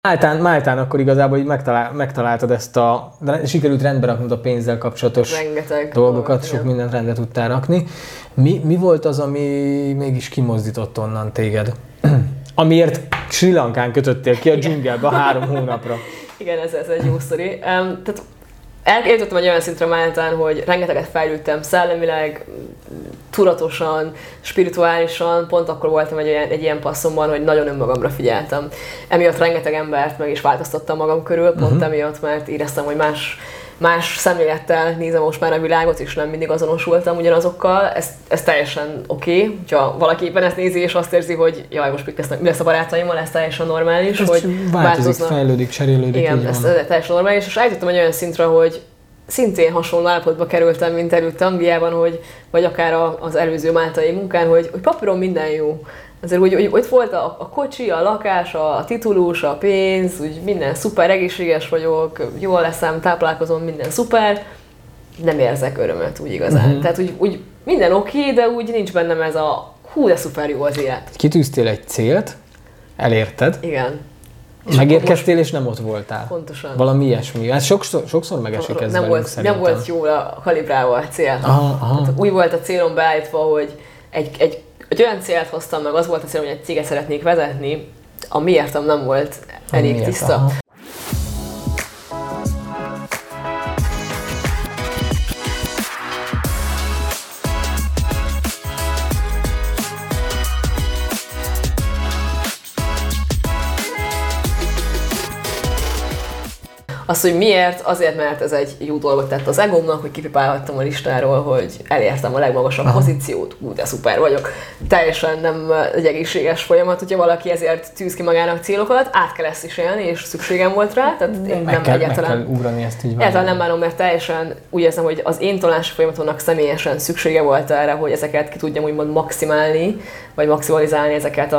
Máltán akkor igazából így megtaláltad ezt sikerült rendbe raknod a pénzzel kapcsolatos dolgokat, sok mindent rendbe tudtál rakni. Mi volt az, ami mégis kimozdított onnan téged? Amiért Sri Lankán kötöttél ki a dzsungelbe 3 hónapra. Igen, ez egy jó sztori. Tehát eljutottam egy olyan szintre Máltán, hogy rengeteget fejlődtem szellemileg, tudatosan, spirituálisan, pont akkor voltam egy ilyen passzomban, hogy nagyon önmagamra figyeltem. Emiatt rengeteg embert meg is változtattam magam körül, pont emiatt, mert éreztem, hogy más szemlélettel nézem most már a világot, és nem mindig azonosultam ugyanazokkal. Ez teljesen oké, hogyha valaki éppen ezt nézi, és azt érzi, hogy jaj, most mi lesz a barátaimmal, ez teljesen normális, ez hogy változik, fejlődik, cserélődik. Igen, ez teljesen normális, és eljutottam egy olyan szintre, hogy szintén hasonló állapotba kerültem, mint előtt Angliában, vagy akár az előző máltai munkán, hogy papíron minden jó. Azért úgy ott volt a kocsi, a lakás, a titulus, a pénz, úgy minden szuper, egészséges vagyok, jól leszem, táplálkozom, minden szuper, nem érzek örömöt úgy igazán. Tehát úgy minden oké, de úgy nincs bennem ez a hú, de szuper jó az élet. Kitűztél egy célt, elérted. Igen. Megérkeztél, és nem ott voltál. Pontosan. Valami ilyesmi. Hát sokszor megesik ez velünk szerintem. Nem volt jól kalibrálva a cél. Aha. Úgy volt a célom beállítva, hogy egy olyan célt hoztam meg, az volt a célom, hogy egy céget szeretnék vezetni, a miértem nem volt elég tiszta. Aha. Az, hogy miért? Azért, mert ez egy jó dolgot tett az egómnak, hogy kipipálhattam a listáról, hogy elértem a legmagasabb pozíciót, de szuper vagyok. Teljesen nem egy egészséges folyamat, hogyha valaki ezért tűz ki magának célokat, át kell ezt is élni, és szükségem volt rá. Tehát meg kell ugrani ezt így. Egyáltalán nem bánom, mert teljesen úgy érzem, hogy az én tanulási folyamatomnak személyesen szüksége volt erre, hogy ezeket ki tudjam úgymond maximálni, vagy maximalizálni ezeket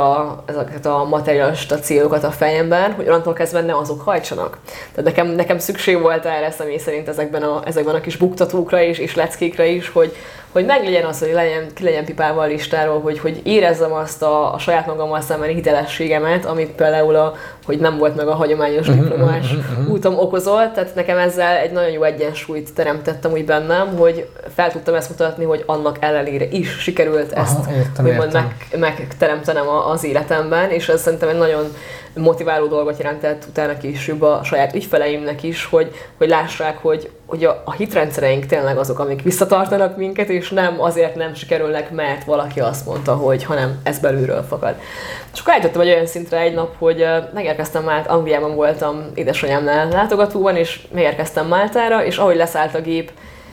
a materialista célokat a fejemben, hogy onnantól kezdve ne azok hajtsanak. Tehát nekem szükség volt erre személy szerint ezekben a kis buktatókra és leckékre is, hogy meglegyen az, hogy ki legyen pipálva a listáról, hogy érezzem azt a saját magammal szembeni hitelességemet, amit például hogy nem volt meg a hagyományos diplomás útom okozott. Tehát nekem ezzel egy nagyon jó egyensúlyt teremtettem úgy bennem, hogy fel tudtam ezt mutatni, hogy annak ellenére is sikerült ezt megteremtenem az életemben, és ez szerintem egy nagyon motiváló dolgot jelentett utána később a saját ügyfeleimnek is, hogy lássák, hogy a hitrendszereink tényleg azok, amik visszatartanak minket, és nem azért nem sikerülnek, mert valaki azt mondta, hogy hanem ez belülről fakad. És akkor eljutottam egy olyan szintre egy nap, hogy megérkeztem Angliában voltam édesanyámnál látogatóban, és megérkeztem Máltára, és ahogy leszállt a gép,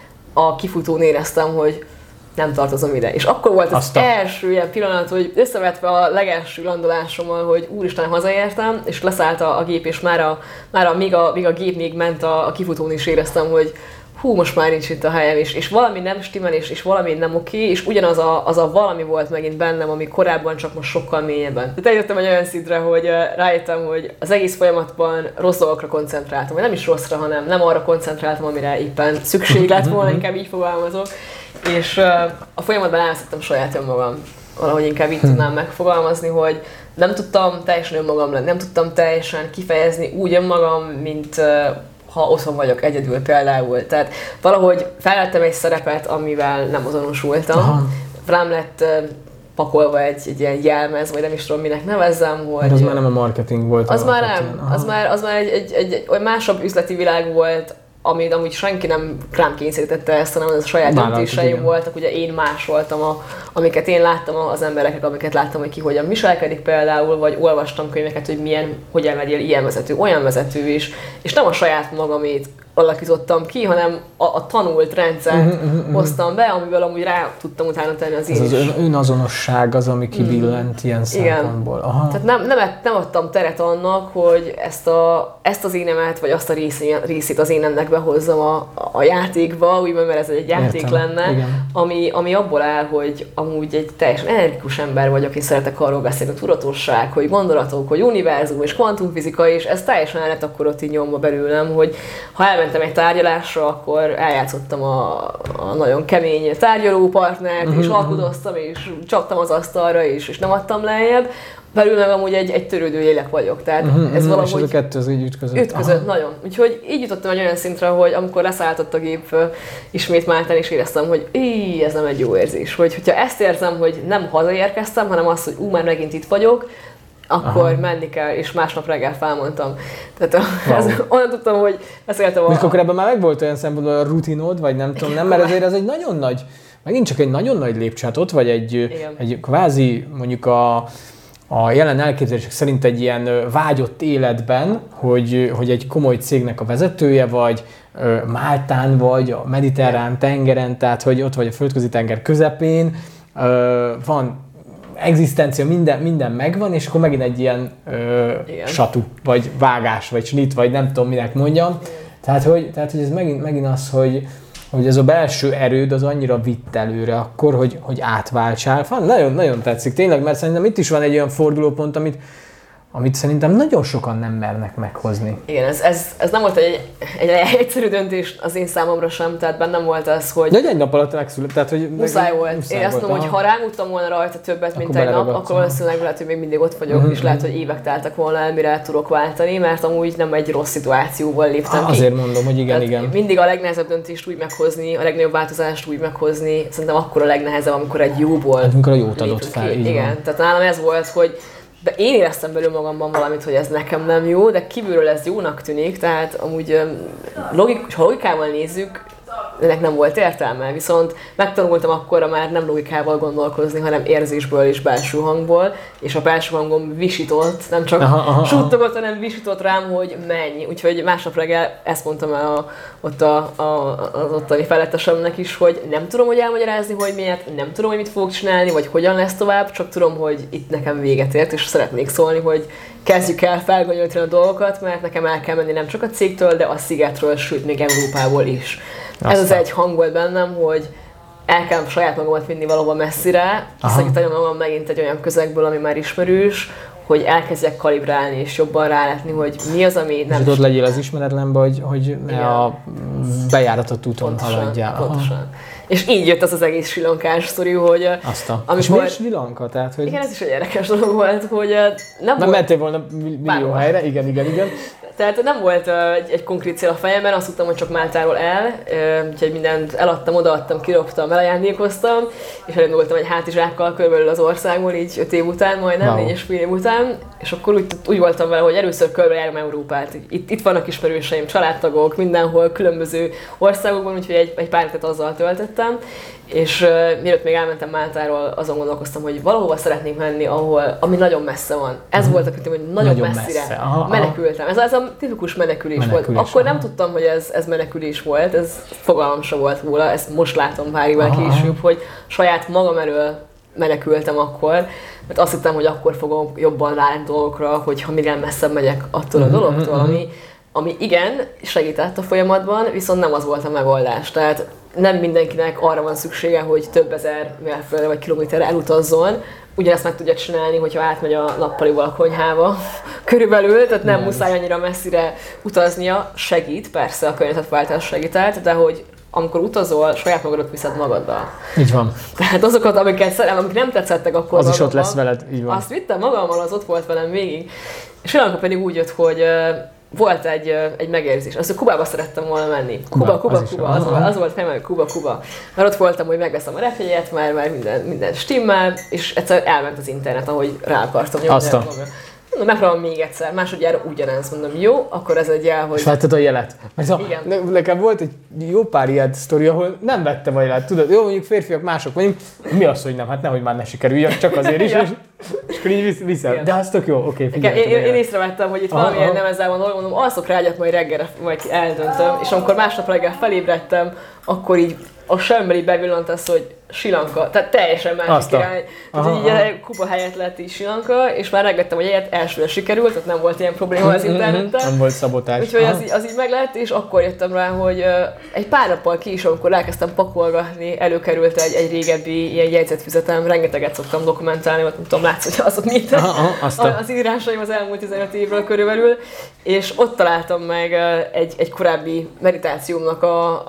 a kifutón éreztem, hogy nem tartozom ide. És akkor volt az első ilyen pillanat, hogy összevetve a legelső landolásommal, hogy úristen, hazaértem, és leszállt a gép, és már míg a gép még ment a kifutón is éreztem, hogy hú, most már nincs itt a helyem, és valami nem stimmel, és valami nem oké, és ugyanaz a valami volt megint bennem, ami korábban csak most sokkal mélyebben. Tehát eljöttem egy olyan szintre, hogy rájöttem, hogy az egész folyamatban rossz dolgokra koncentráltam, vagy nem is rosszra, hanem nem arra koncentráltam, amire éppen szükség lett volna, inkább így fogalmazok. És a folyamatban elvesztettem saját önmagam. Valahogy inkább így tudnám megfogalmazni, hogy nem tudtam teljesen önmagam lenni, nem tudtam teljesen kifejezni úgy önmagam, mint ha otthon vagyok egyedül például. Tehát valahogy felvettem egy szerepet, amivel nem azonosultam. Rám lett pakolva egy ilyen jelmez, vagy nem is tudom minek nevezzem, hogy... Az már nem a marketing volt. Az már nem. Az már egy másabb üzleti világ volt, amit amúgy senki nem rám kényszerítette ezt, hanem az a saját döntéseim voltak. Ugye én másoltam, amiket én láttam az embereknek, amiket láttam, hogy ki hogyan viselkedik például, vagy olvastam könyveket, hogy hogyan legyél ilyen vezető, olyan vezető is, és nem a saját magamét alakítottam ki, hanem a tanult rendszert hoztam be, amivel amúgy rá tudtam utána tenni az én is. Az önazonosság az, ami kibillent ilyen szempontból. Aha. Tehát nem adtam teret annak, hogy ezt az énemet, vagy azt a részét az énemnek behozzam a játékba, úgymond, mert ez egy játék lenne, ami abból áll, hogy amúgy egy teljesen energikus ember vagyok, és szeretek arról beszélni, hogy tudatosság, hogy gondolatok, hogy univerzum és kvantumfizika, és ez teljesen el lett akkor ott így nyomva belőlem, hogy ha elmentem egy tárgyalásra, akkor eljátszottam a nagyon kemény tárgyalópartnert, és alkudoztam, és csaptam az asztalra, és nem adtam lejjebb. belül meg amúgy egy törődő lélek vagyok, tehát ez valahogy... És ez a kettő az így ütközött. Ütközött, nagyon. Úgyhogy így jutottam egy olyan szintre, hogy amikor leszálltott a gép ismét Máltán, és éreztem, hogy ez nem egy jó érzés. Hogyha ezt érzem, hogy nem hazaérkeztem, hanem azt, hogy már megint itt vagyok, akkor menni kell, és másnap reggel felmondtam. Tehát onnan tudtam, hogy beszéltem a... Akkor ebben már megvolt olyan szempontból a rutinod, vagy nem tudom, nem, mert azért ez egy nagyon nagy, megint csak egy nagyon nagy lépcső, ott vagy egy kvázi, mondjuk a jelen elképzelések szerint egy ilyen vágyott életben, hogy egy komoly cégnek a vezetője vagy, Máltán vagy, a mediterrán tengeren, tehát hogy ott vagy a földközi tenger közepén, van egzisztencia, minden megvan, és akkor megint egy ilyen satu, vagy vágás, vagy snit, vagy nem tudom minek mondjam. Tehát, hogy ez megint az, hogy ez a belső erőd az annyira vitt előre akkor, hogy átváltsál. Nagyon, nagyon tetszik tényleg, mert szerintem itt is van egy olyan fordulópont, amit szerintem nagyon sokan nem mernek meghozni. Igen, ez nem volt egy egyszerű döntés az én számomra sem, tehát bennem volt az, hogy... De egy nap alatt megszületett, tehát hogy... Muszáj volt. Én azt mondom, hogy ha ráguttam volna rajta többet, mint egy nap, akkor valószínűleg lehet, hogy még mindig ott vagyok, és lehet, hogy évek teltek volna el, mire tudok váltani, mert amúgy nem egy rossz szituációból léptem ki. Azért mondom, hogy igen. Mindig a legnehezebb döntést úgy meghozni, a legnagyobb változást úgy meghozni, szerintem akkor a legnehezebb, amikor egy jóból... Amikor a jót adott fel, igen, tehát nálam ez volt, hogy de én éreztem belül magamban valamit, hogy ez nekem nem jó, de kívülről ez jónak tűnik, tehát amúgy ha logikával nézzük, ennek nem volt értelme, viszont megtanultam akkorra már nem logikával gondolkozni, hanem érzésből és belső hangból, és a belső hangom visított, nem csak suttogott, hanem visított rám, hogy menj. Úgyhogy másnap reggel ezt mondtam el az ottani felettesemnek is, hogy nem tudom, hogy elmagyarázni, hogy miért, nem tudom, hogy mit fogok csinálni, vagy hogyan lesz tovább, csak tudom, hogy itt nekem véget ért, és szeretnék szólni, hogy kezdjük el felgonyolítani a dolgokat, mert nekem el kell menni nem csak a cégtől, de a szigetről, sőt még Európából is. Aztán. Ez az egy hang volt bennem, hogy el kell saját magamat vinni valahova messzire, kiszakítani magam megint egy olyan közegből, ami már ismerős, hogy elkezdjek kalibrálni és jobban rálátni, hogy mi az, ami nem... És ott legyél az ismeretlenbe, hogy ne a bejáratott úton haladjál. Pontosan. És így jött az egész srilankás sztori, hogy... És miért Sri Lanka? Tehát, hogy... Igen, ez is egy érdekes dolog volt, hogy nem volt... mentél volna millió helyre, igen. Tehát nem volt egy konkrét cél a fejemben, azt tudtam, hogy csak Máltáról úgyhogy mindent eladtam, odaadtam, kirobtam, elajándékoztam, és elindultam egy hátizsákkal körülbelül az országból, így 5 év után, majdnem 4,5 év után, és akkor úgy voltam vele, hogy először körbejárom Európát. Itt vannak ismerőseim, családtagok, mindenhol, különböző országokban, úgyhogy egy pár hetet azzal töltöttem. És mielőtt még elmentem Máltáról, azon gondolkoztam, hogy valahova szeretnék menni, ami nagyon messze van. Ez volt a kritem, hogy nagyon messzire. Menekültem. Ez a tipikus menekülés volt. Akkor nem tudtam, hogy ez menekülés volt, ez fogalmam sem volt róla, ezt most látom pár évvel később, hogy saját magam elől menekültem akkor, mert azt hittem, hogy akkor fogom jobban rálni dolgokra, hogyha minél messzebb megyek attól a dologtól, ami igen, segített a folyamatban, viszont nem az volt a megoldás. Tehát nem mindenkinek arra van szüksége, hogy több ezer mérföldre vagy kilométerre elutazzon. Ugyanezt meg tudja csinálni, hogyha átmegy a nappalival a konyhába körülbelül, tehát nem muszáj annyira messzire utaznia. Segít, persze a környezetváltás segített, de hogy amikor utazol, saját magadat viszed magaddal. Így van. Tehát azokat, amik nem tetszettek akkor az is ott lesz veled, így van. Azt vittem magammal, az ott volt velem végig. És Sri Lanka pedig úgy jött, hogy volt egy megérzés. Azt, hogy Kubába szerettem volna menni. Kuba. Az volt fejem, hogy Kuba. Mert ott voltam, hogy megveszem a repjegyet, már minden stimmel, és egyszer elment az internet, ahogy rá akartam nyomni. Mondom, megpróbálom még egyszer, másodjára ugyanez, mondom, jó, akkor ez egy jel, hogy... És vetted a jelet? Igen. Nekem volt egy jó pár ilyen sztori, ahol nem vettem a jelet, tudod, jó, mondjuk férfiak, mások vagyunk, mi az, hogy nem, hát nehogy már ne sikerüljön, csak azért is, és akkor így viszel. Igen. De az tök jó, oké, figyelj. Én észrevettem, hogy itt valamilyen nem ezzel van dolog, mondom, alszok rágyat, majd reggelre, majd eldöntöm, és amikor másnap reggel felébredtem, akkor így a semmel bevillant az, hogy Sri Lanka, tehát teljesen másik irány. Tehát így Kuba helyett lett így Sri Lanka, és már megvettem, hogy egyet elsőre sikerült, tehát nem volt ilyen probléma az interneten. Nem volt szabotás. Úgyhogy az így meglett, és akkor jöttem rá, hogy egy pár nappal később, amikor elkezdtem pakolgatni, előkerült egy régebbi ilyen jegyzetfüzetem, rengeteget szoktam dokumentálni, vagy tudom, látsz, hogy azok mit az írásaim az elmúlt 15 évről körülbelül, és ott találtam meg egy korábbi meditációmnak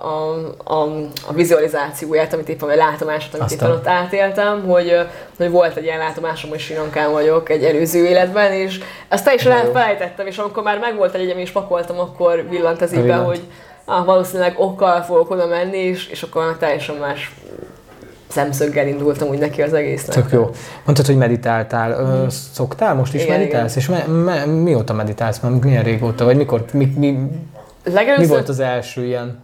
a vizualizációját, amit éppen, vagy látomását, amit éppen ott átéltem, hogy volt egy ilyen látomásom, hogy Sri Lankán vagyok egy előző életben, és azt teljesen elfelejtettem, és amikor már megvolt egy egyem és pakoltam, akkor villant az évben, hogy valószínűleg okkal fogok oda menni, és akkor teljesen más szemszöggel indultam úgy neki az egésznek. Tök jó. Mondtad, hogy meditáltál. Szoktál? Most is meditálsz? És mióta meditálsz? Milyen régóta? Vagy mikor? Mi volt az első ilyen?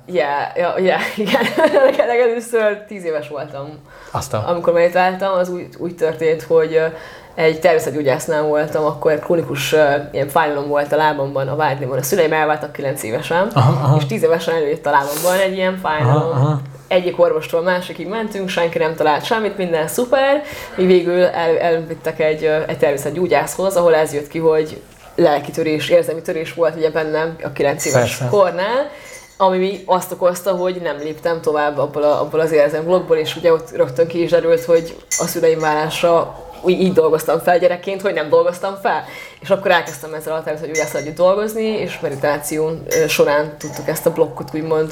Igen. Legelőször 10 éves voltam. Amikor meditáltam, az úgy történt, hogy egy természetgyógyásznál voltam, akkor egy krónikus ilyen fájdalom volt a lábamban, a vádlimon. A szüleim elváltak 9 évesen, és 10 évesen előjött a lábamban egy ilyen fájdalom. Egyik orvostól másikig mentünk, senki nem talált semmit, minden szuper. Mi végül elvittek egy természetgyógyászhoz, ahol ez jött ki, hogy lelki törés, érzelmi törés volt ugye bennem a 9 éves kornál, ami azt okozta, hogy nem léptem tovább abból az érzelmblokkból, és ugye ott rögtön ki is derült, hogy a szüleim válásra így dolgoztam fel gyerekként, hogy nem dolgoztam fel. És akkor elkezdtem ezzel a természetgyógyásszal együtt dolgozni, és meditáción során tudtuk ezt a blokkot úgymond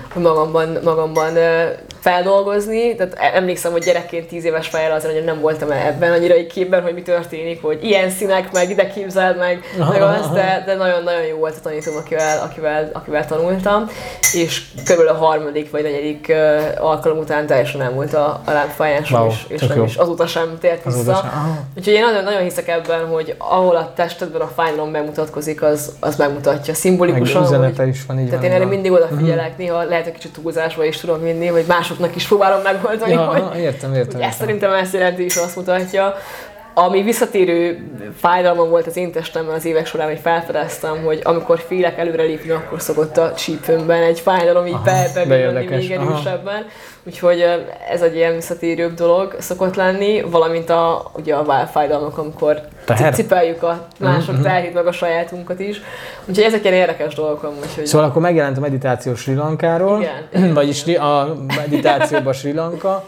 magamban feldolgozni. Tehát emlékszem, hogy gyerekként 10 éves fejjel azért, hogy nem voltam ebben annyira egy képben, hogy mi történik, hogy ilyen színek, meg ide képzeld meg az, de nagyon-nagyon jó volt a tanítóm, akivel tanultam. És körülbelül a 3. vagy 4. alkalom után teljesen elmúlt a lábfájásom, és azóta sem tért vissza. Úgyhogy én nagyon hiszek ebben, hogy ahol a testedben a fájdalom megmutatkozik, az megmutatja szimbolikusan. Meg üzenete is van, így tehát én erre mindig odafigyelek, néha lehet, hogy kicsit túlzásba is tudom vinni, hogy másoknak is próbálom megoldani, hogy ezt szerintem ezt jelenti is azt mutatja. Ami visszatérő fájdalmam volt az én testemben az évek során, hogy felfedeztem, hogy amikor félek előrelépni, akkor szokott a csípőmben egy fájdalom így bevillanni még erősebben. Úgyhogy ez egy ilyen visszatérőbb dolog szokott lenni, valamint ugye a válfájdalmak, amikor cipeljük a mások terhét, meg a sajátunkat is. Úgyhogy ezek ilyen érdekes dolgok amúgy. Szóval akkor megjelent a meditáció Sri Lankáról, vagyis a meditációban Sri Lanka,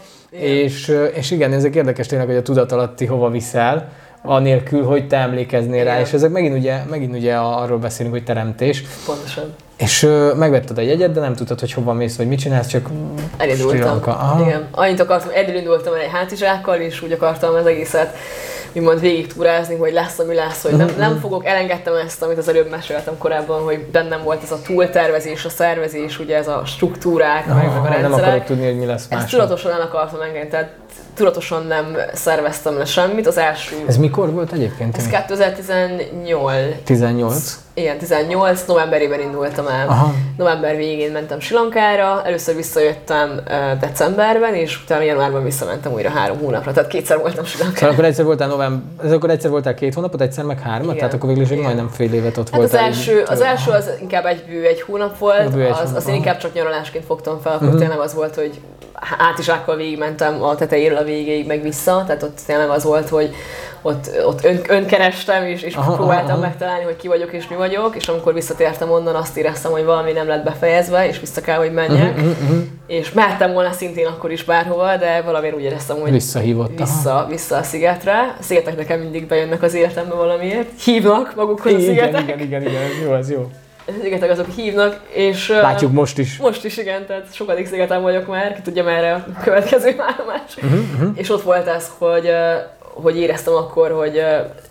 és igen, ezek érdekes tényleg, hogy a tudatalatti hova viszel, anélkül, hogy te emlékeznél rá, és ezek megint ugye arról beszélünk, hogy teremtés. Pontosan. És megvetted a jegyet, de nem tudtad, hogy hova mész, vagy mit csinálsz, csak Sri Lanka. Igen, annyit akartam, elindultam egy hátizsákkal, és úgy akartam az egészet úgymond végig túrázni, hogy lesz, ami lesz, hogy nem fogok, elengedtem ezt, amit az előbb meséltem korábban, hogy bennem volt ez a túltervezés, a szervezés, ugye ez a struktúrák, meg a rendszerek. Nem akarod tudni, hogy mi lesz másnak. Ezt tudatosan el akartam engedni, tehát tudatosan nem szerveztem le semmit. Az első... Ez mikor volt egyébként? Ez 2018. 18? Igen, 18. novemberében indultam el. Aha. November végén mentem Sri Lankára, először visszajöttem decemberben, és utána januárban visszamentem újra 3 hónapra, tehát 2-szer voltam Sri Lankán. Szóval akkor egyszer voltál 2 hónapot, egyszer meg 3, tehát akkor végül is majdnem fél évet ott voltál. Az első az inkább egy hónap volt, azt én inkább csak nyaralásként fogtam fel, akkor tényleg az volt, hogy hátizsákkal végigmentem a tetejéről a végéig meg vissza, tehát ott tényleg az volt, hogy ott önkerestem, és próbáltam megtalálni, hogy ki vagyok és mi vagyok, és amikor visszatértem onnan, azt éreztem, hogy valami nem lett befejezve, és vissza kell, hogy menjek. És mehettem volna szintén akkor is bárhova, de valamiért úgy éreztem, hogy vissza a szigetre. A szigetek nekem mindig bejönnek az életembe valamiért. Hívnak magukhoz a szigetek. Igen, ez jó. A szigetek azok hívnak, és... Látjuk most is. Most is, igen, tehát sokadik szigeten vagyok már, ki tudja merre a következő állomás. És ott volt ez, hogy éreztem akkor, hogy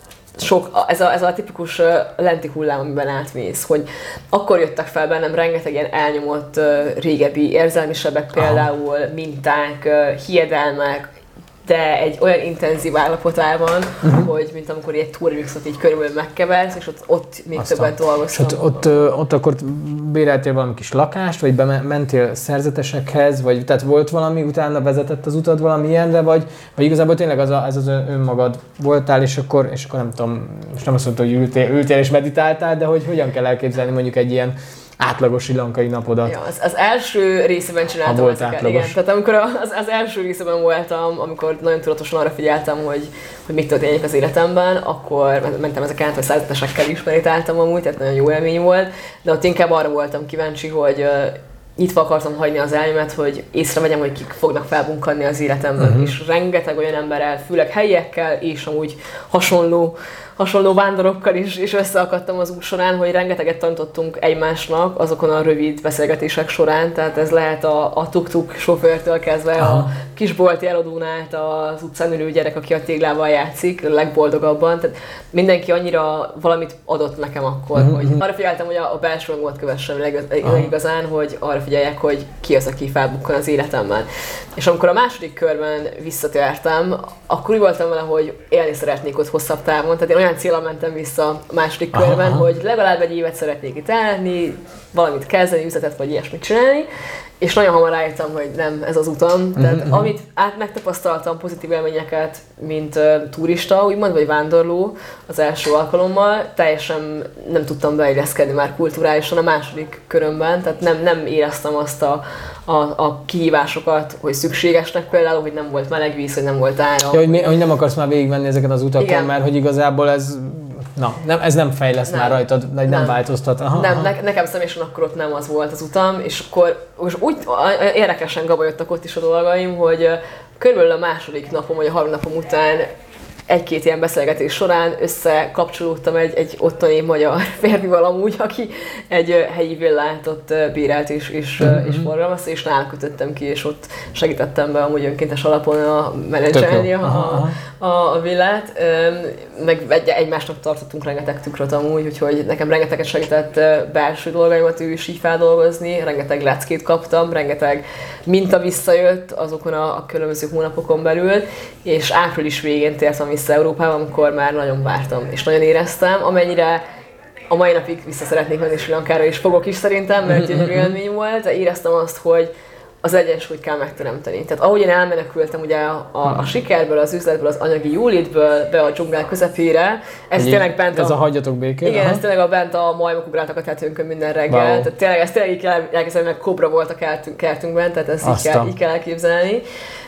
ez a tipikus lenti hullám, amiben átmész, hogy akkor jöttek fel bennem rengeteg ilyen elnyomott régebbi érzelmi sebek, például minták, hiedelmek, de egy olyan intenzív állapotában, hogy mint amikor egy túrmixot így körülbelül megkeversz, és ott még többet dolgoztam. És ott akkor béreltél valami kis lakást, vagy mentél szerzetesekhez, vagy tehát volt valami, utána vezetett az utad valami ilyenre, vagy igazából tényleg ez az önmagad voltál, és akkor nem tudom, most nem azt mondtam, hogy ültél és meditáltál, de hogy hogyan kell elképzelni mondjuk egy ilyen átlagos sri lankai napodat. Ja, az első részében csináltam ezeket. Igen. Tehát amikor az első részében voltam, amikor nagyon tudatosan arra figyeltem, hogy mit történik az életemben, akkor mentem ezek át, hogy szerzetesekkel is meditáltam amúgy, tehát nagyon jó élmény volt, de ott inkább arra voltam kíváncsi, hogy nyitva akartam hagyni az elmémet, hogy észrevegyem, hogy kik fognak felbunkadni az életemben. És rengeteg olyan emberrel, főleg helyiekkel, és amúgy hasonló vándorokkal is összeakadtam az út során, hogy rengeteget tanítottunk egymásnak azokon a rövid beszélgetések során, tehát ez lehet a tuk-tuk sofőrtől kezdve a kisbolti eladón át az utcán ülő gyerek, aki a téglával játszik, legboldogabban, tehát mindenki annyira valamit adott nekem akkor, hogy arra figyeltem, hogy a belső hangomat kövessem legigazán, hogy arra figyeljek, hogy ki az, aki felbukkan az életemben. És amikor a második körben visszatértem, akkor úgy voltam vele, hogy élni szeretnék ott hosszabb távon, tehát én olyan célra mentem vissza a második körben, hogy legalább egy évet szeretnék itt ellenni, valamit kezdeni, üzletet vagy ilyesmit csinálni, és nagyon hamar rájöttem, hogy nem ez az utam. Tehát amit megtapasztaltam pozitív élményeket, mint turista, úgymond, vagy vándorló az első alkalommal, teljesen nem tudtam beilleszkedni már kulturálisan a második körömben, tehát nem éreztem azt a kihívásokat, hogy szükségesnek például, hogy nem volt meleg víz, hogy nem volt áram. Ja, hogy nem akarsz már végigmenni ezeken az utakon, igen. Mert hogy igazából ez nem fejlesz már rajtad, nem változtat. Nekem személyesen akkor ott nem az volt az utam, és akkor úgy érdekesen gabajodtak ott is a dolgaim, hogy körülbelül a második napom, vagy a harmadik napom után egy-két ilyen beszélgetés során összekapcsolódtam egy ottani magyar férfival amúgy, aki egy helyi villát ott bérelt és forgalmazta, és nála kötöttem ki, és ott segítettem be amúgy önkéntes alapon menedzselni a villát. Meg egymásnak tartottunk rengeteg tükröt amúgy, úgyhogy nekem rengeteget segített belső dolgaimat ő is így feldolgozni, rengeteg leckét kaptam, rengeteg minta visszajött azokon a különböző hónapokon belül, és április végén tértem vissza Európába, amikor már nagyon vártam, és nagyon éreztem, amennyire a mai napig vissza szeretnék menni Sri Lankára, és fogok is szerintem, mert egy élmény volt, de éreztem azt, hogy az egyensúlyt kell megteremteni. Tehát ahogy én elmenekültem ugye a sikerből, az üzletből, az anyagi jólétből be a dzsungel közepére, ez tényleg bent ez a hagyjatok békén? Igen, ez tényleg bent a majmok ugráltak a tetőnkön minden reggel. Wow. Tehát tényleg ez tényleg így kell elképzelni, meg kobra volt a kertünkben, tehát ezt így kell elképzelni.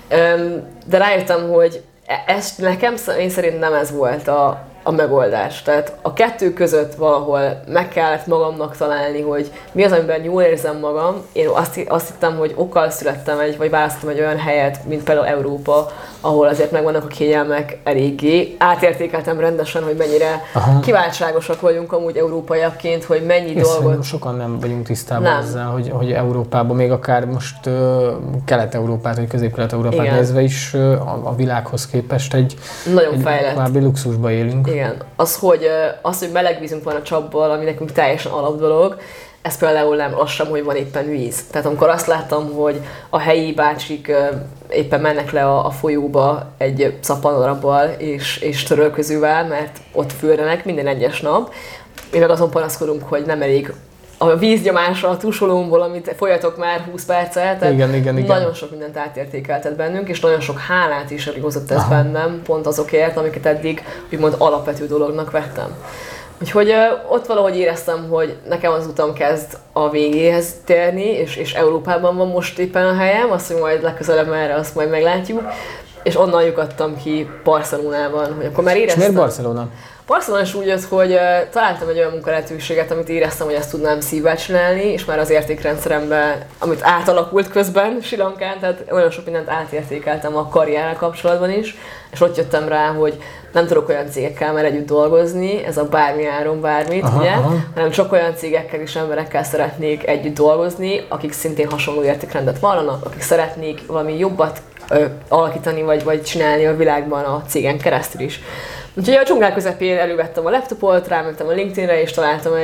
De rájöttem, hogy ez nekem én szerint nem ez volt a megoldás. Tehát a kettő között valahol meg kellett magamnak találni, hogy mi az, amiben jól érzem magam. Én azt hittem, hogy okkal születtem vagy választottam egy olyan helyet, mint például Európa, ahol azért megvannak a kényelmek eléggé. Átértékeltem rendesen, hogy mennyire kiváltságosak vagyunk amúgy európaiakként, hogy mennyi dolgot... Sokan nem vagyunk tisztában ezzel, hogy Európában, még akár most Kelet-Európát, vagy Közép-Kelet-Európát nézve is a világhoz képest egy kvábbi luxusba élünk. Igen. Az, hogy meleg vízünk van a csapból, ami nekünk teljesen alapdolog, ez például nem az sem, hogy van éppen víz. Tehát amikor azt láttam, hogy a helyi bácsik éppen mennek le a folyóba egy szappanorabbal és törölközővel, mert ott fürdenek minden egyes nap, mi meg azon panaszkodunk, hogy nem elég a víznyomása a tusolómból, amit folyatok már 20 perccel, tehát igen. nagyon sok mindent átértékeltet bennünk, és nagyon sok hálát is hozott ez bennem, pont azokért, amiket eddig úgymond alapvető dolognak vettem. Úgyhogy ott valahogy éreztem, hogy nekem az utam kezd a végéhez térni, és Európában van most éppen a helyem, azt, hogy majd legközelebb merre, azt majd meglátjuk, és onnan lyukadtam ki Barcelonában, hogy akkor már éreztem. És miért Barcelona? Barcelona is úgy jött, hogy találtam egy olyan munkalehetőséget, amit éreztem, hogy ezt tudnám szívvel csinálni, és már az értékrendszeremben, amit átalakult közben Sri Lankán, tehát olyan sok mindent átértékeltem a karrierrel kapcsolatban is, és ott jöttem rá, hogy nem tudok olyan cégekkel már együtt dolgozni, ez a bármi áron bármit, hanem csak olyan cégekkel és emberekkel szeretnék együtt dolgozni, akik szintén hasonló értékrendet vallanak, akik szeretnék valami jobbat alakítani vagy csinálni a világban a cégen keresztül is. Úgyhogy a dzsungel közepén elővettem a laptopot, rámentem a LinkedInre és találtam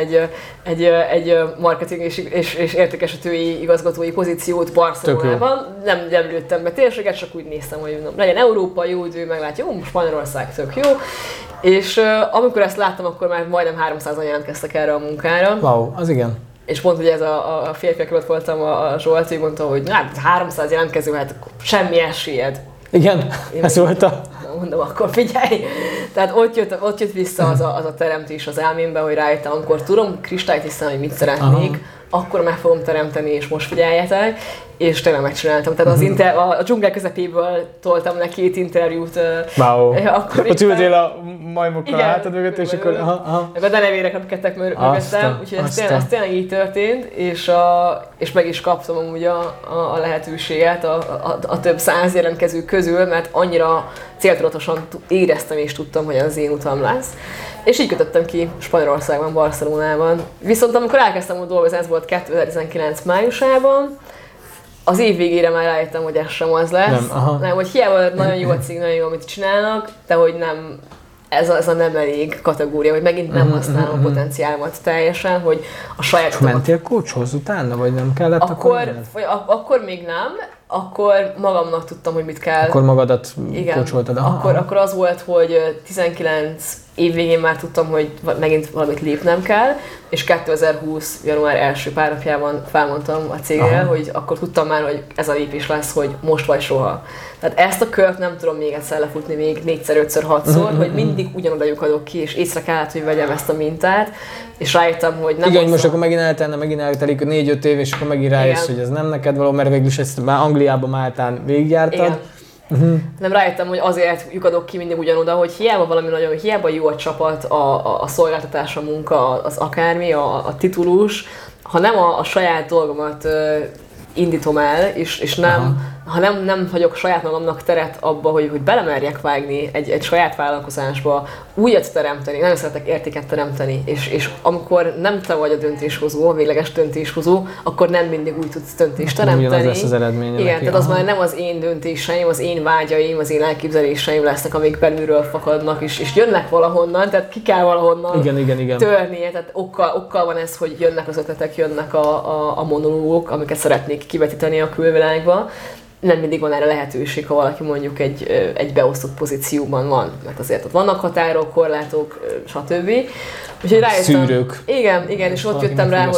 egy marketing és értékesítői igazgatói pozíciót Barcelonában. Nem lőttem be térséget, csak úgy néztem, hogy legyen Európa, jó idő, meglátja, Spanyolország, tök jó. És amikor ezt láttam, akkor már majdnem 300-an jelentkeztek erre a munkára. Wow, az igen. És pont ugye ez a férfi, akivel voltam, a Zsolt, ő mondta, hogy 300 jelentkező, hát semmi esélyed. Igen, ez volt a... Mondom, akkor figyelj! Tehát ott jött vissza az a teremtés az elmémbe, hogy rájöttem, amikor tudom kristálytisztán, hogy mit szeretnék, akkor meg fogom teremteni, és most figyeljetek, és tényleg megcsináltam. Tehát a dzsungel közepéből toltam le 2 interjút. Wow. Ott ültél a majmokkal a hátad mögött, és akkor... Meg a denevérek repkedtek mögöttem, úgyhogy ez tényleg így történt, és meg is kaptam amúgy a lehetőséget a több 100 jelentkező közül, mert annyira céltudatosan éreztem és tudtam, hogy ez az én utam lesz. És így kötöttem ki Spanyolországban, Barcelonában. Viszont amikor elkezdtem a dolgozni, ez volt 2019 májusában, az év végére már rájöttem, hogy ez sem az lesz. Nem, hogy hiába nagyon jó a cég, nagyon jó, amit csinálnak, de hogy nem, ez a nem elég kategória, hogy megint nem használom a potenciálmat teljesen, hogy a saját... És mentél coachhoz utána, vagy nem kellett akkor még nem, akkor magamnak tudtam, hogy mit kell. Akkor magadat coacholtad. Akkor az volt, hogy 19 év végén már tudtam, hogy megint valamit lépnem kell, és 2020. január első pár napjában felmondtam a cégre, hogy akkor tudtam már, hogy ez a lépés lesz, hogy most vagy soha. Tehát ezt a kört nem tudom még egyszer lefutni, még 4-szer, 5-ször, 6-szor, hogy mindig ugyanoda lyukadok ki, és észre kellett, hogy vegyem ezt a mintát, és rájöttem, hogy nem. Igen, most akkor megint eltelik 4-5 év, és akkor megint rájössz, hogy ez nem neked való, mert végül is ezt már Angliában, Máltán végigjártad. Nem rájöttem, hogy azért lyukadok ki mindig ugyanoda, hogy hiába jó a csapat, a szolgáltatás, a munka, az akármi, a titulus, ha nem a saját dolgomat indítom el, és ha nem hagyok saját magamnak teret abba, hogy belemerjek vágni egy saját vállalkozásba, újat teremteni, nagyon szeretek értéket teremteni, és amikor nem te vagy a döntéshozó, a végleges döntéshozó, akkor nem mindig úgy tudsz döntést teremteni. Lesz az eredménye. Igen, tehát az már nem az én döntéseim, az én vágyaim, az én elképzeléseim lesznek, amik belülről fakadnak, és jönnek valahonnan, tehát ki kell valahonnan törnie, tehát okkal van ez, hogy jönnek az ötletek, jönnek a monológok, amiket szeretnék kivetíteni a külvilágba. Nem mindig van erre lehetőség, ha valaki mondjuk egy beosztott pozícióban van, mert azért ott vannak határok, korlátok, stb. Úgyhogy rájöttem, szűrők. Igen, és ott jöttem rá,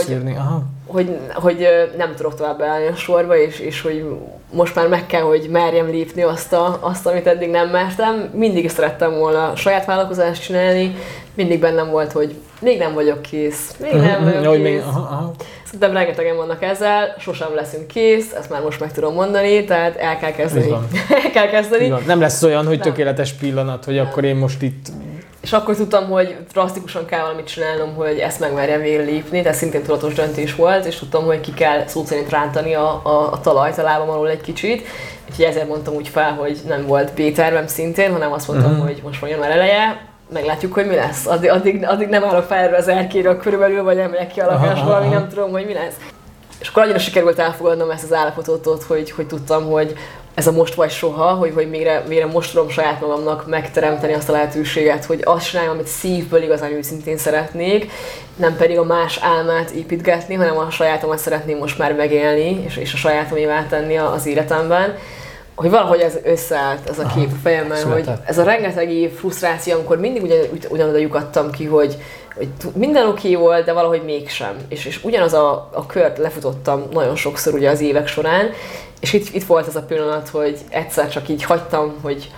hogy nem tudok tovább állni a sorba, és hogy most már meg kell, hogy merjem lépni azt, amit eddig nem mertem. Mindig is szerettem volna saját vállalkozást csinálni, mindig bennem volt, hogy még nem vagyok kész, még nem vagyok kész. Szerintem rengetegen vannak ezzel, sosem leszünk kész, ezt már most meg tudom mondani, tehát el kell kezdeni. Nem lesz olyan, hogy tökéletes pillanat, hogy akkor én most itt... És akkor tudtam, hogy drasztikusan kell valamit csinálnom, hogy ezt megmerjem végre lépni, tehát szintén tudatos döntés volt, és tudtam, hogy ki kell szó szerint rántani a talajt a lábam alól egy kicsit. Úgyhogy ezért mondtam úgy fel, hogy nem volt B-tervem szintén, hanem azt mondtam, hogy most van január eleje, meglátjuk, hogy mi lesz. Addig nem állok fel erről az erkéről körülbelül, vagy nem megyek ki a lakásból, amíg nem tudom, hogy mi lesz. És akkor annyira sikerült elfogadnom ezt az állapotot ott, hogy tudtam, hogy ez a most vagy soha, hogy mire most tudom saját magamnak megteremteni azt a lehetőséget, hogy azt csináljam, amit szívből igazán őszintén szeretnék, nem pedig a más álmát építgetni, hanem a sajátomat szeretném most már megélni, és a sajátomévá tenni az életemben. Hogy valahogy ez összeállt, ez a kép a fejemben, hogy ez a rengeteg év frusztráció, amikor mindig ugyanoda lyukadtam ki, hogy minden oké volt, de valahogy mégsem. És ugyanaz a kört lefutottam nagyon sokszor ugye az évek során, és itt volt ez a pillanat, hogy egyszer csak így hagytam, hogy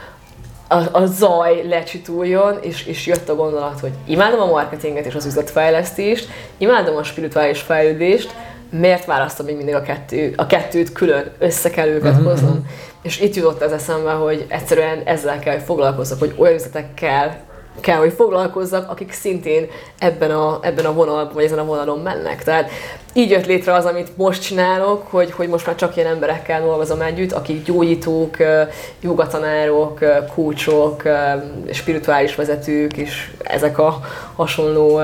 a zaj lecsituljon, és jött a gondolat, hogy imádom a marketinget és az üzletfejlesztést, imádom a spirituális fejlődést, miért választom még mindig a kettőt külön, össze kell őket hoznom. És itt jutott ez eszembe, hogy egyszerűen ezzel kell, hogy foglalkozzak, hogy olyan üzletekkel kell, hogy foglalkozzak, akik szintén ebben a vonalban, vagy ezen a vonalon mennek. Tehát így jött létre az, amit most csinálok, hogy most már csak ilyen emberekkel dolgozom együtt, akik gyógyítók, jogatanárok, coachok, spirituális vezetők, és ezek a hasonló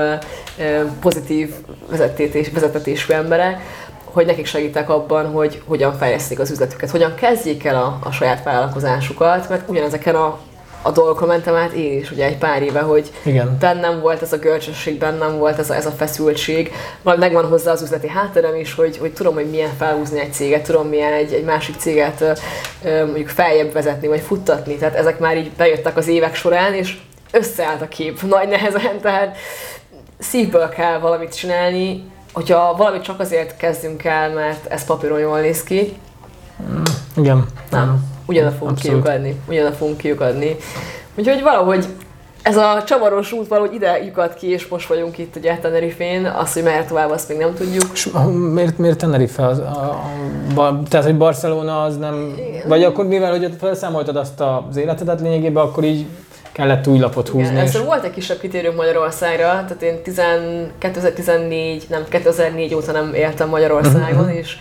pozitív vezetésű emberek, hogy nekik segítek abban, hogy hogyan fejlesztik az üzletüket, hogyan kezdjék el a saját vállalkozásukat, mert ugyanezeken a dolgokon mentem át én is ugye egy pár éve, hogy bennem volt ez a görcsösség, bennem volt ez a feszültség, megvan hozzá az üzleti hátterem is, hogy tudom, hogy milyen felhúzni egy céget, tudom, milyen egy másik céget mondjuk feljebb vezetni, vagy futtatni, tehát ezek már így bejöttek az évek során, és összeállt a kép nagy nehezen, tehát szívből kell valamit csinálni, hogyha valamit csak azért kezdünk el, mert ez papíron jól néz ki. Igen. Nem. Ugyanaz fogunk kiukadni. Úgyhogy valahogy ez a csavaros út valahogy ide lyukadt ki, és most vagyunk itt ugye Tenerifén, azt, hogy mehet tovább, azt még nem tudjuk. Miért Tenerife? Tehát, hogy Barcelona az nem... Igen. Vagy akkor mivel, hogy felszámoltad azt az életedet lényegében, akkor így kellett új lapot húzni. Igen, volt egy kisebb kritérium Magyarországra, tehát én 2004 óta nem éltem Magyarországon, és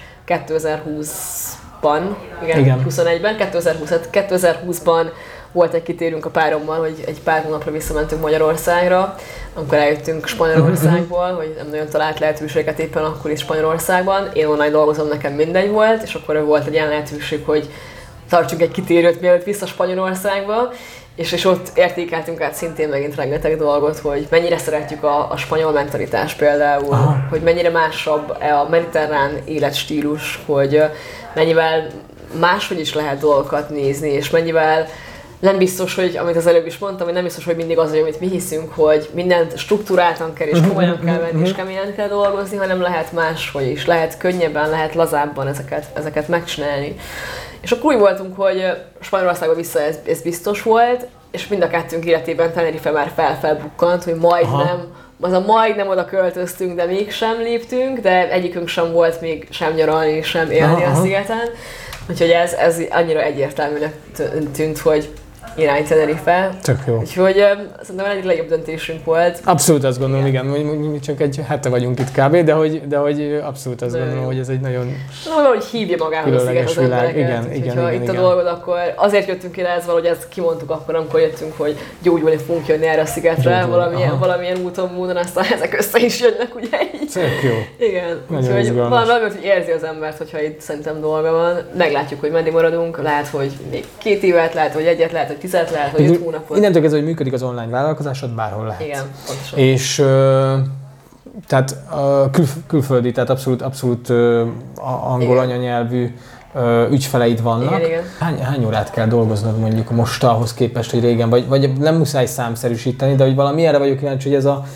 2020-ban, igen. 21-ben, 2020-ban volt egy kitérünk a párommal, hogy egy pár hónapra visszamentünk Magyarországra, amikor eljöttünk Spanyolországból, hogy nem nagyon talált lehetőséget éppen akkor is Spanyolországban. Én online dolgozom, nekem mindegy volt, és akkor volt egy ilyen lehetőség, hogy tartsunk egy kitérőt, mielőtt vissza Spanyolországba, és ott értékeltünk át szintén megint rengeteg dolgot, hogy mennyire szeretjük a spanyol mentalitás például, hogy mennyire másabb a mediterrán életstílus, hogy mennyivel máshogy is lehet dolgokat nézni, és mennyivel nem biztos, hogy, amit az előbb is mondtam, hogy nem biztos, hogy mindig az, hogy amit mi hiszünk, hogy mindent struktúráltan kell, és komolyan kell venni, és keményen kell dolgozni, hanem lehet máshogy is, lehet könnyebben, lehet lazábban ezeket megcsinálni. És akkor úgy voltunk, hogy Spanyolországba vissza ez biztos volt, és mind a kettőnk életében Tenerife már felbukkant, hogy majdnem oda költöztünk, de mégsem léptünk, de egyikünk sem volt még sem nyaralni, sem élni a szigeten. Úgyhogy ez annyira egyértelműnek tűnt, hogy irány Tenerife. Tök jó. Úgyhogy szerintem egyik legjobb döntésünk volt. Abszolút azt gondolom, igen, mi csak egy hete vagyunk itt kb. De hogy abszolút azt gondolom, hogy ez egy nagyon valahogy hívja magához a sziget az embereket. Igen, itt a dolgod, akkor azért jöttünk ide, ez valahogy ezt kimondtuk akkor, amikor jöttünk, hogy gyógyulni fogunk jönni erre a szigetre, valamilyen úton, módon, aztán ezek össze is jönnek, ugye így. Tök jó. Igen, úgyhogy valami, hogy érzi az embert, hogyha itt szerintem dolga van. Meglátjuk, hogy meddig maradunk, lehet, hogy még 2 évet, lehet, hogy egyet, lehet, hogy 10, lehet, hogy 5 hónapot. Innentől kezdve, hogy működik az online vállalkozásod, bárhol lehet. Igen, pontosan. És tehát külföldi, tehát abszolút angol anyanyelvű ügyfeleid vannak. Igen. Hány órát kell dolgoznod mondjuk most ahhoz képest, hogy régen, vagy nem muszáj számszerűsíteni, de hogy valami erre vagyok kíváncsi,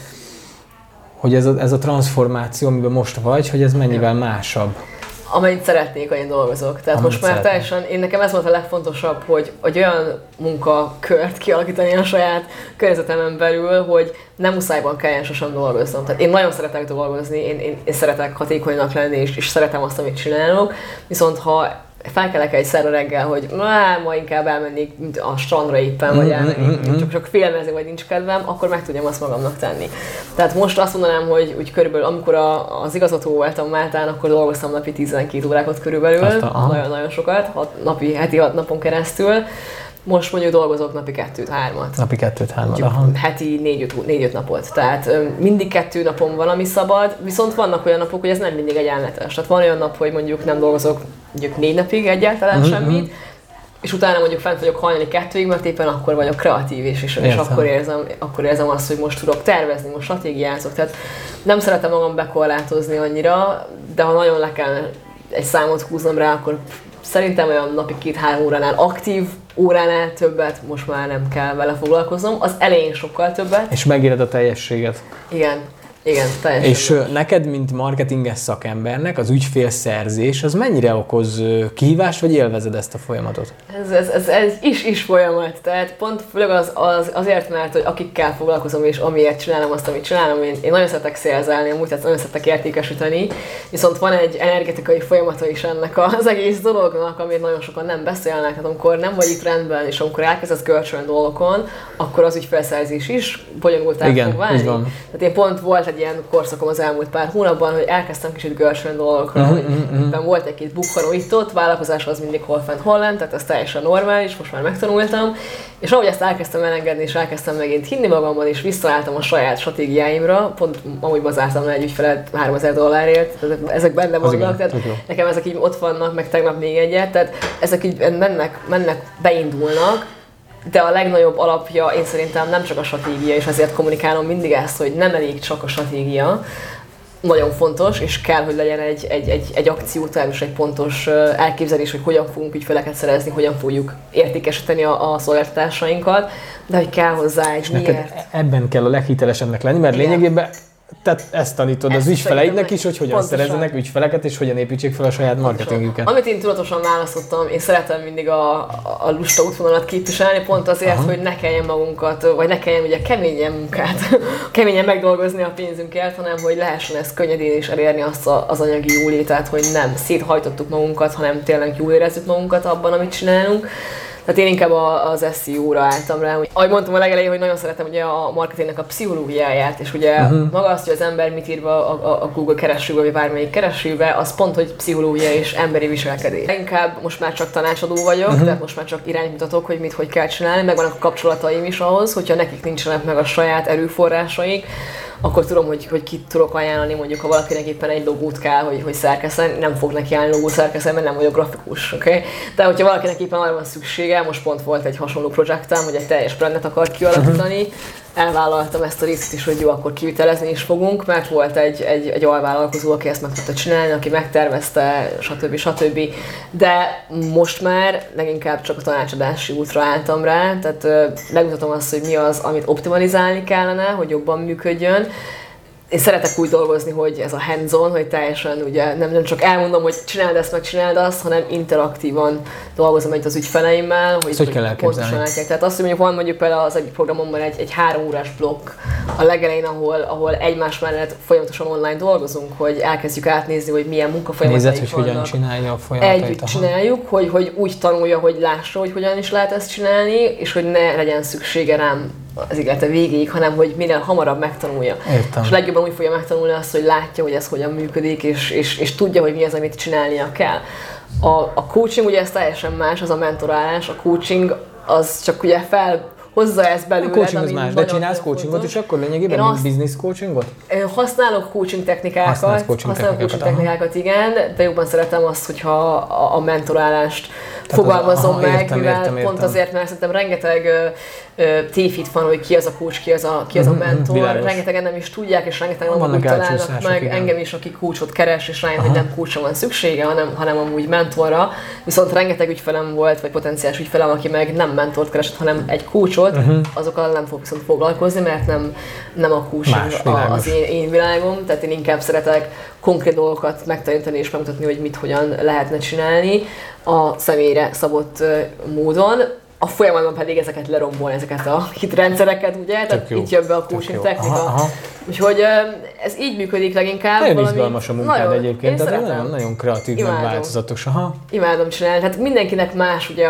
hogy ez a transformáció, amiben most vagy, hogy ez mennyivel másabb. Amennyit szeretnék, hogy én dolgozok. Tehát most már teljesen, nekem ez volt a legfontosabb, hogy olyan munkakört kialakítani a saját környezetemen belül, hogy nem muszájban kelljen sosem dolgoznom. Tehát én nagyon szeretek dolgozni, én szeretek hatékonynak lenni, és szeretem azt, amit csinálok, viszont ha felkelek egy szerra reggel, hogy ma inkább elmennék a strandra éppen, vagy elmennék csak filmezni, vagy nincs kedvem, akkor meg tudjam azt magamnak tenni. Tehát most azt mondanám, hogy úgy körülbelül, amikor az igazgató voltam Máltán, akkor dolgoztam napi 12 órákat körülbelül, nagyon-nagyon sokat, heti 6 napon keresztül. Most mondjuk dolgozok napi 2-3-at. Napi 2-3-at, heti 4-5 napot. Tehát mindig 2 napom van, ami szabad, viszont vannak olyan napok, hogy ez nem mindig egyenletes. Tehát van olyan nap, hogy mondjuk nem dolgozok mondjuk 4 napig egyáltalán semmit, és utána mondjuk fent vagyok hajnali 2-ig, mert éppen akkor vagyok kreatív, és akkor érzem azt, hogy most tudok tervezni, most stratégiázok. Tehát nem szeretem magam bekorlátozni annyira, de ha nagyon le kell egy számot húznom rá, akkor szerintem olyan napi 2-3 óránál aktív óránál többet most már nem kell vele foglalkoznom. Az elején sokkal többet. És megéled a teljességet. Igen, teljesen. És neked, mint marketinges szakembernek az ügyfélszerzés, az mennyire okoz kihívást, vagy élvezed ezt a folyamatot? Ez is folyamat. Tehát pont főleg azért, mert hogy akikkel foglalkozom és amiért csinálom azt, amit csinálom, én nagyon szeretek szélzelni, amúgy tehát nagyon szeretek értékesíteni, viszont van egy energetikai folyamata is ennek az egész dolognak, amit nagyon sokan nem beszélnek. Tehát amikor nem vagy itt rendben, és amikor elkezdesz görcsölni dolgokon, akkor az ügyfélszerzés is bonyolultá fog válni. Tehát én pont volt egy ilyen korszakom az elmúlt pár hónapban, hogy elkezdtem kicsit görcsölni dolgokra, hogy volt egy-két bukkanó itt-ott, vállalkozás az mindig hol fent, hol lent, tehát ez teljesen normális, most már megtanultam, és ahogy ezt elkezdtem elengedni, és elkezdtem megint hinni magamban, és visszaálltam a saját stratégiáimra, pont amúgy bazáltam le egy ügyfelet $3000, tehát ezek benne vannak, tehát nekem ezek így ott vannak, meg tegnap még egyet, tehát ezek így mennek, beindulnak, de a legnagyobb alapja én szerintem nem csak a stratégia, és ezért kommunikálom mindig ezt, hogy nem elég csak a stratégia, nagyon fontos, és kell, hogy legyen egy akcióterv és egy pontos elképzelés, hogy hogyan fogunk ügyfeleket szerezni, hogyan fogjuk értékesíteni a szolgáltatásainkat, de hogy kell hozzá egy miért. Ebben kell a leghitelesebbnek lenni, mert lényegében tehát ezt tanítod az ügyfeleidnek is, hogy hogyan szerezzenek ügyfeleket, és hogyan építsék fel a saját marketingüket. Amit én tudatosan választottam, én szeretem mindig a lusta útvonalat képviselni, pont azért, hogy ne kelljen magunkat, vagy ne kelljen ugye keményen megdolgozni a pénzünkért, hanem hogy lehessen ezt könnyedén is elérni azt az anyagi jólétet, hogy nem széthajtottuk magunkat, hanem tényleg jól érezzük magunkat abban, amit csinálunk. Tehát én inkább az SEO-ra álltam rá. Ahogy mondtam a legelején, hogy nagyon szeretem ugye a marketingnek a pszichológiáját, és ugye maga azt, hogy az ember mit ír be a Google keresőbe, vagy bármelyik keresőbe, az pont, hogy pszichológia és emberi viselkedés. Inkább most már csak tanácsadó vagyok, tehát most már csak iránymutatok, hogy mit, hogy kell csinálni, meg vannak a kapcsolataim is ahhoz, hogyha nekik nincsenek meg a saját erőforrásaik, akkor tudom, hogy kit tudok ajánlani, mondjuk ha valakinek éppen egy logót kell, hogy szerkeszteni, nem fog neki állni logót szerkeszteni, mert nem vagyok grafikus, oké? De hogyha valakinek éppen arra van szüksége, most pont volt egy hasonló projektem, hogy egy teljes brandet akar kialakítani, elvállaltam ezt a részt is, hogy jó, akkor kivitelezni is fogunk, mert volt egy alvállalkozó, aki ezt meg tudta csinálni, aki megtervezte, stb. De most már leginkább csak a tanácsadási útra álltam rá, tehát megmutatom azt, hogy mi az, amit optimalizálni kellene, hogy jobban működjön. Én szeretek úgy dolgozni, hogy ez a hands-on, hogy teljesen ugye nem csak elmondom, hogy csináld ezt, meg csináld azt, hanem interaktívan dolgozom együtt az ügyfeleimmel, hogy kell elképzelni. Tehát azt, hogy mondjuk van mondjuk például az egyik programomban egy 3 órás blokk a legelején, ahol egymás mellett folyamatosan online dolgozunk, hogy elkezdjük átnézni, hogy milyen munkafolyamataik vannak. Hogy hogyan csinálja a folyamatait. Együtt csináljuk, hogy úgy tanulja, hogy lássa, hogy hogyan is lehet ezt csinálni, és hogy ne legyen szüksége rám az élete végéig, hanem hogy minél hamarabb megtanulja. Értem. És legjobban úgy fogja megtanulni azt, hogy látja, hogy ez hogyan működik, és tudja, hogy mi az, amit csinálnia kell. A coaching ugye ez teljesen más, az a mentorálás, a coaching az csak ugye hozza ezt belőled. A coaching az más, de csinálsz coachingot is akkor lényegében, mint business coachingot? Használok coaching technikákat, igen, de jobban szeretem azt, hogyha a mentorálást fogalmazom meg, mivel pont azért, mert szerintem rengeteg tévhit van, hogy ki az a coach, ki az a mentor, rengetegen nem is tudják, és rengetegen amúgy találnak meg, igen. Engem is, aki coachot keres, és rájön, hogy nem coachra van szüksége, hanem amúgy mentorra, viszont rengeteg ügyfelem volt, vagy potenciális ügyfelem, aki meg nem mentort keresett, hanem egy coachot, azokkal nem fog viszont foglalkozni, mert nem a coaching az én világom, tehát én inkább szeretek konkrét dolgokat megtanítani és megmutatni, hogy mit, hogyan lehetne csinálni a személyre szabott módon. A folyamatban pedig ezeket lerombolni, ezeket a hitrendszereket, ugye? Tehát itt jön be a coaching technika. Úgyhogy ez így működik leginkább. Nagyon izgalmas a munkád egyébként, tehát nagyon kreatív, meg változatos. Imádom csinálni, tehát mindenkinek más ugye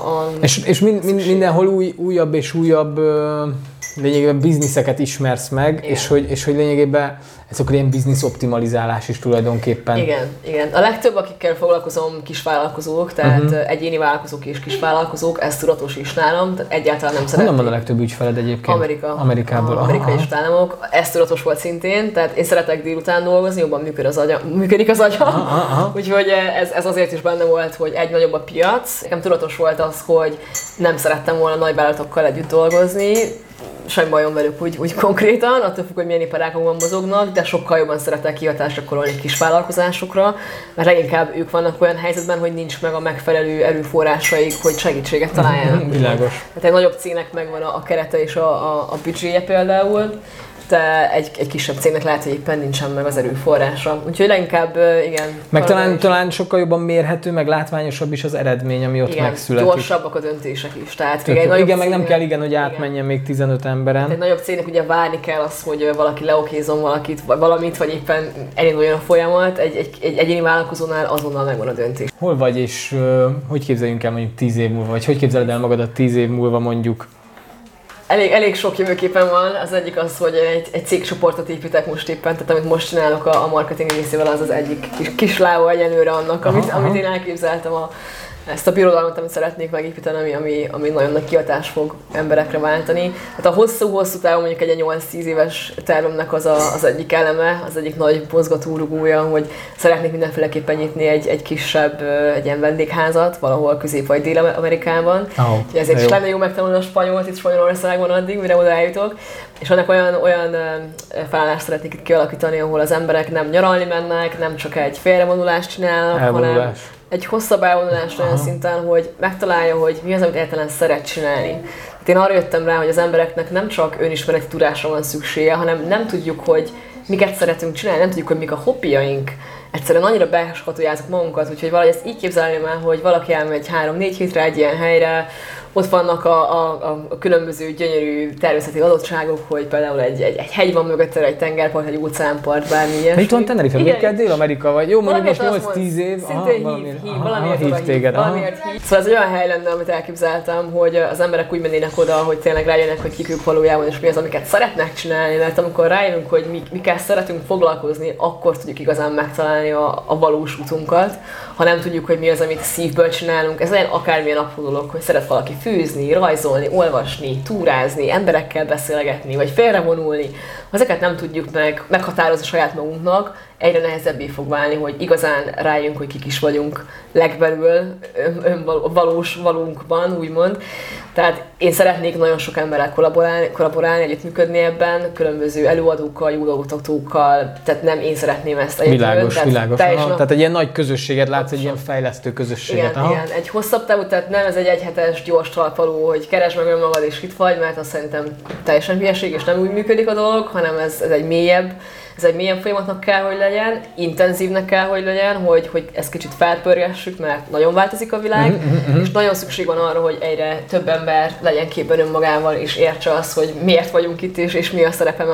És mindenhol újabb és újabb lényegében bizniszeket ismersz meg, és hogy lényegében ez akkor ilyen biznisz optimalizálás is tulajdonképpen. Igen. A legtöbb, akikkel foglalkozom, kisvállalkozók, tehát egyéni vállalkozók és kisvállalkozók, ez tudatos is nálam, tehát egyáltalán nem szeretnék. Honnan van a legtöbb ügyfeled egyébként? Amerikából. Amerikai és államok. Ez tudatos volt szintén, tehát én szeretek délután dolgozni, jobban működik az agyam. Úgyhogy ez azért is benne volt, hogy egy nagyobb a piac. Nekem tudatos volt az, hogy nem szerettem volna nagy vállalatokkal együtt dolgozni, semmi bajom velük úgy konkrétan, attól függ, hogy milyen iparágokban mozognak, de sokkal jobban szeretek kihatásra korolni kis vállalkozásokra, mert leginkább ők vannak olyan helyzetben, hogy nincs meg a megfelelő erőforrásaik, hogy segítséget találjanak. Világos. Tehát egy nagyobb cégnek megvan a kerete és a büdzséje például, de egy kisebb cégnek lehet, hogy éppen nincsen meg az erőforrása. Úgyhogy leginkább igen. Meg talán sokkal jobban mérhető, meg látványosabb is az eredmény, ami ott megszületik. Gyorsabbak a döntések is. Tehát igen, meg nem kell, hogy átmenjen még 15 emberen. Egy nagyobb cégnek ugye várni kell azt, hogy valaki leokézom valamit, vagy éppen elinduljon a folyamat. Egy egyéni vállalkozónál azonnal megvan a döntés. Hol vagy, és hogy képzeljünk el mondjuk 10 év múlva, vagy hogy képzeled el magadat 10 év múlva mondjuk? Elég sok jövőképen van. Az egyik az, hogy egy cégcsoportot építek most éppen, tehát amit most csinálok a marketing részével, az egyik kis lába egyenlőre annak, amit én elképzeltem ezt a birodalmat, amit szeretnék megépíteni, ami nagyon nagy kihatást fog emberekre váltani. Tehát a hosszú távon mondjuk egy 8-10 éves tervemnek az egyik eleme, az egyik nagy mozgatórugója, hogy szeretnék mindenféleképpen nyitni egy kisebb, egy ilyen vendégházat valahol Közép- vagy Dél-Amerikában. Ezért is lenne jó megtanulni a spanyolt itt Spanyolországban addig, mire oda eljutok. És annak olyan felállást szeretnék itt kialakítani, ahol az emberek nem nyaralni mennek, nem csak egy félrevonulást csinálnak, hanem egy hosszabb elvonulást olyan szinten, hogy megtalálja, hogy mi az, amit egyáltalán szeret csinálni. Hát én arra jöttem rá, hogy az embereknek nem csak önismereti tudásra van szüksége, hanem nem tudjuk, hogy miket szeretünk csinálni, nem tudjuk, hogy mik a hobbiaink. Egyszerűen annyira beskatujázunk magunkat, úgyhogy valahogy ezt így képzelném el, hogy valaki elmegy 3-4 hétre egy ilyen helyre, ott vannak a különböző gyönyörű természeti adottságok, hogy például egy hegy van mögötte, egy tengerpart, egy óceánpart, bármi ilyesmi. Itt van Tenerife, mit kell Dél-Amerika, vagy jó, mondjuk most 8-10 év. Szintén valamiért hív. Szóval ez egy olyan hely lenne, amit elképzeltem, hogy az emberek úgy mennének oda, hogy tényleg rájönnek, hogy kik ők valójában, és mi az, amiket szeretnek csinálni, mert amikor rájönünk, hogy mikkel szeretünk foglalkozni, akkor tudjuk igazán megtalálni a valós utunkat. Ha nem tudjuk, hogy mi az, amit szívből csinálunk, ez legyen akármilyen apró dolog, hogy szeret valaki főzni, rajzolni, olvasni, túrázni, emberekkel beszélgetni, vagy félrevonulni. Ha ezeket nem tudjuk meghatározni saját magunknak, egyre nehezebbé fog válni, hogy igazán rájönk, hogy kik is vagyunk legbelül, valós valunkban, úgymond. Tehát én szeretnék nagyon sok emberrel kollaborálni, együttműködni ebben, különböző előadókkal, jólogoktatókkal, tehát nem én szeretném ezt egyedül. Világos. Tehát egy ilyen nagy közösséget látsz, egy ilyen fejlesztő közösséget. Igen, egy hosszabb távú, tehát nem ez egy egyhetes, gyors talpaló, hogy keresd meg önmagad és itt vagy, mert azt szerintem teljesen hülyeség, és nem úgy működik a dolog, hanem ez egy mélyebb folyamatnak kell, hogy legyen, intenzívnek kell, hogy legyen, hogy ezt kicsit felpörgessük, mert nagyon változik a világ, és nagyon szükség van arra, hogy egyre több ember legyen képben önmagával, és értse azt, hogy miért vagyunk itt, és mi a szerepem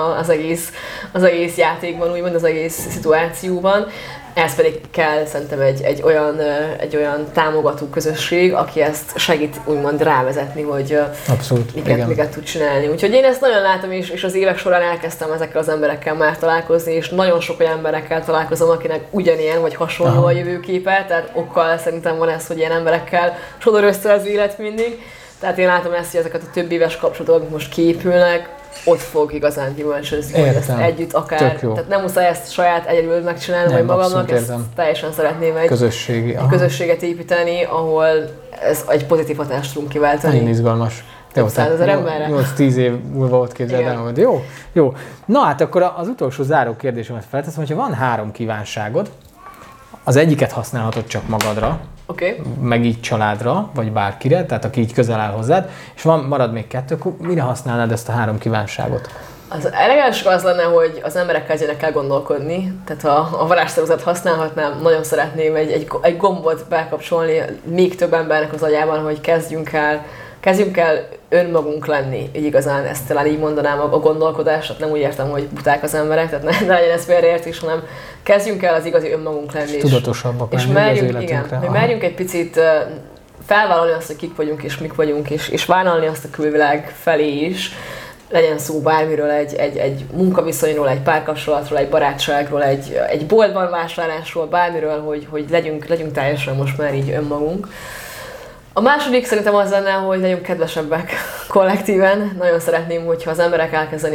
az egész játékban, úgymond az egész szituációban. Ez pedig kell szerintem egy olyan támogató közösség, aki ezt segít úgymond rávezetni, hogy miket tud csinálni. Úgyhogy én ezt nagyon látom, és az évek során elkezdtem ezekkel az emberekkel már találkozni, és nagyon sok olyan emberekkel találkozom, akinek ugyanilyen vagy hasonló a jövőképe, tehát okkal szerintem van ez, hogy ilyen emberekkel sodor össze az élet mindig. Tehát én látom ezt, hogy ezeket a több éves kapcsolatok, amik most kiépülnek, ott fog igazán gyümölcsözni, hogy ezt együtt akár. Tehát nem muszáj ezt saját egyedül megcsinálni, vagy magamnak, ezt teljesen szeretném egy közösséget építeni, ahol ez egy pozitív hatást tudunk kiváltani. Nagyon izgalmas. 100 000 emberre. 8-10 év múlva ott képzeld el, hogy jó. Na hát akkor az utolsó záró kérdésemet felteszem, hogyha van 3 kívánságod, az egyiket használhatod csak magadra, meg így családra, vagy bárkire, tehát aki így közel áll hozzád, és marad még 2, akkor mire használnád ezt a 3 kívánságot? Az elegáns az lenne, hogy az emberek kezdjenek el gondolkodni, tehát a varázsteruzát használhatnám, nagyon szeretném egy gombot bekapcsolni még több embernek az agyában, hogy kezdjünk el önmagunk lenni, így igazán ezt talán így mondanám a gondolkodást, tehát nem úgy értem, hogy buták az emberek, tehát ne legyen ez félreértés, hanem kezdjünk el az igazi önmagunk lenni. Tudatosabbak és merjünk egy picit felvállalni azt, hogy kik vagyunk és mik vagyunk, és vállalni azt a külvilág felé is. Legyen szó bármiről, egy munkaviszonyról, egy párkapcsolatról, egy barátságról, egy boltban vásárlásról, bármiről, hogy legyünk teljesen most már így önmagunk. A második szerintem az lenne, hogy legyünk kedvesebbek kollektíven. Nagyon szeretném, hogyha az emberek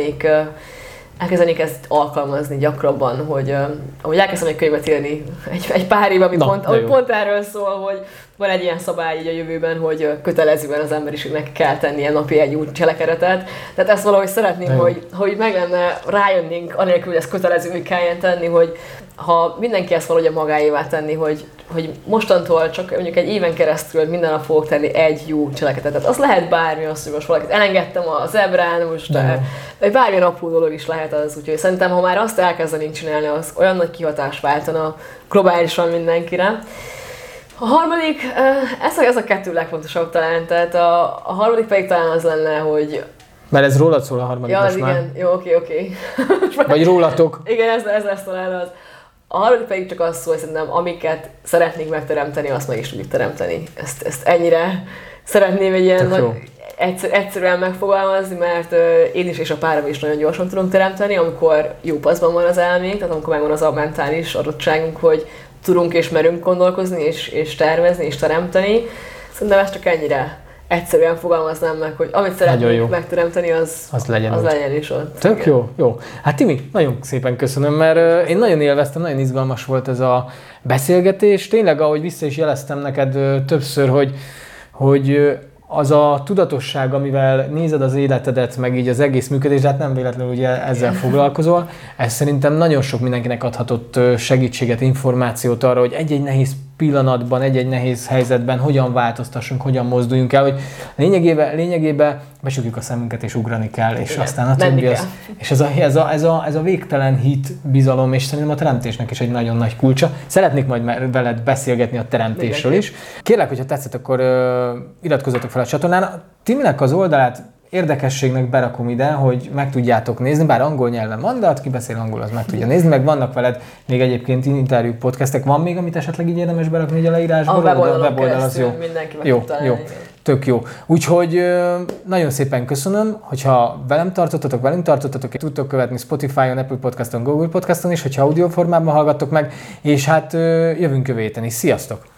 elkezdenék ezt alkalmazni gyakrabban, hogy ahogy elkezdtem egy könyvet írni egy pár év, ami pont erről szól, hogy van egy ilyen szabály így a jövőben, hogy kötelezően az emberiségnek kell tennie napi egy új cselekedetet. Tehát ezt valahogy szeretném, hogy meg lenne, rájönnénk, anélkül, hogy ezt kötelezővé kelljen tenni, hogy ha mindenki ezt valahogy magáévá tenni, hogy mostantól csak mondjuk egy éven keresztül minden nap fogok tenni egy jó cselekedetet. Tehát az lehet bármi, az, hogy most valakit elengedtem a zebrán, most vagy bármilyen apró dolog is lehet az. Úgyhogy szerintem, ha már azt elkezdenénk csinálni, az olyan nagy kihatást váltana globálisan mindenkire. A harmadik, ez a 2 legfontosabb talán, tehát a harmadik pedig talán az lenne, hogy... Mert ez rólad szól a harmadik most igen. már. Jó, oké. Vagy rólatok. Igen, ez lesz talán az. A harmadik pedig csak az szól, hogy szerintem amiket szeretnénk megteremteni, azt meg is tudjuk teremteni. Ezt ennyire szeretném egy ilyen egyszerűen megfogalmazni, mert én is és a párom is nagyon gyorsan tudunk teremteni, amikor jó paszban van az elménk, tehát amikor megvan az a mentális adottságunk, hogy tudunk és merünk gondolkozni, és tervezni, és teremteni. Szerintem ezt csak ennyire egyszerűen fogalmaznám meg, hogy amit szeretnénk megteremteni, az legyen is ott. Tök jó. Hát Timi, nagyon szépen köszönöm, mert én nagyon élveztem, nagyon izgalmas volt ez a beszélgetés. Tényleg, ahogy vissza is jeleztem neked többször, hogy az a tudatosság, amivel nézed az életedet, meg így az egész működés, hát nem véletlenül ugye ezzel foglalkozol, ez szerintem nagyon sok mindenkinek adhatott segítséget, információt arra, hogy egy-egy nehéz pillanatban, egy-egy nehéz helyzetben hogyan változtassunk, hogyan mozduljunk el, hogy lényegében besüljük a szemünket és ugrani kell, és igen, aztán a többi az. És ez a végtelen hit, bizalom, és szerintem a teremtésnek is egy nagyon nagy kulcsa. Szeretnék majd veled beszélgetni a teremtésről is. Kérlek, hogyha tetszett, akkor iratkozzatok fel a csatornán. Timinek az oldalát érdekességnek berakom ide, hogy meg tudjátok nézni, bár angol nyelven van, de aki beszél angol, az meg tudja nézni, meg vannak veled még egyébként interjúk, podcastek. Van még, amit esetleg így érdemes berakni a leírásba? A weboldal az jó. Mindenki meg tud találni. Jó. Tök jó. Úgyhogy nagyon szépen köszönöm, hogyha velünk tartottatok, tudtok követni Spotify-on, Apple Podcaston, Google Podcaston is, hogyha audio formában hallgattok meg, és hát jövünk jövő héten is. Sziasztok!